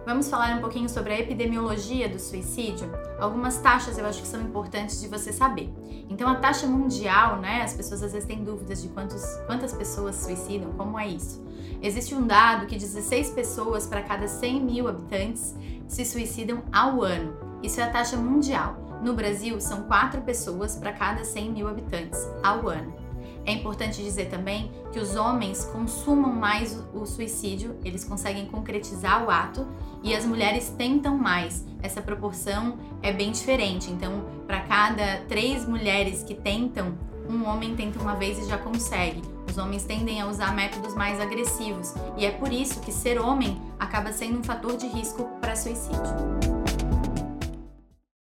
Vamos falar um pouquinho sobre a epidemiologia do suicídio? Algumas taxas eu acho que são importantes de você saber. Então, a taxa mundial, né? As pessoas às vezes têm dúvidas de quantas pessoas suicidam, como é isso? Existe um dado que 16 pessoas para cada 100 mil habitantes se suicidam ao ano. Isso é a taxa mundial. No Brasil, são 4 pessoas para cada 100 mil habitantes ao ano. É importante dizer também que os homens consumam mais o suicídio, eles conseguem concretizar o ato, e as mulheres tentam mais. Essa proporção é bem diferente. Então, para cada 3 mulheres que tentam, um homem tenta uma vez e já consegue. Os homens tendem a usar métodos mais agressivos, e é por isso que ser homem acaba sendo um fator de risco para suicídio.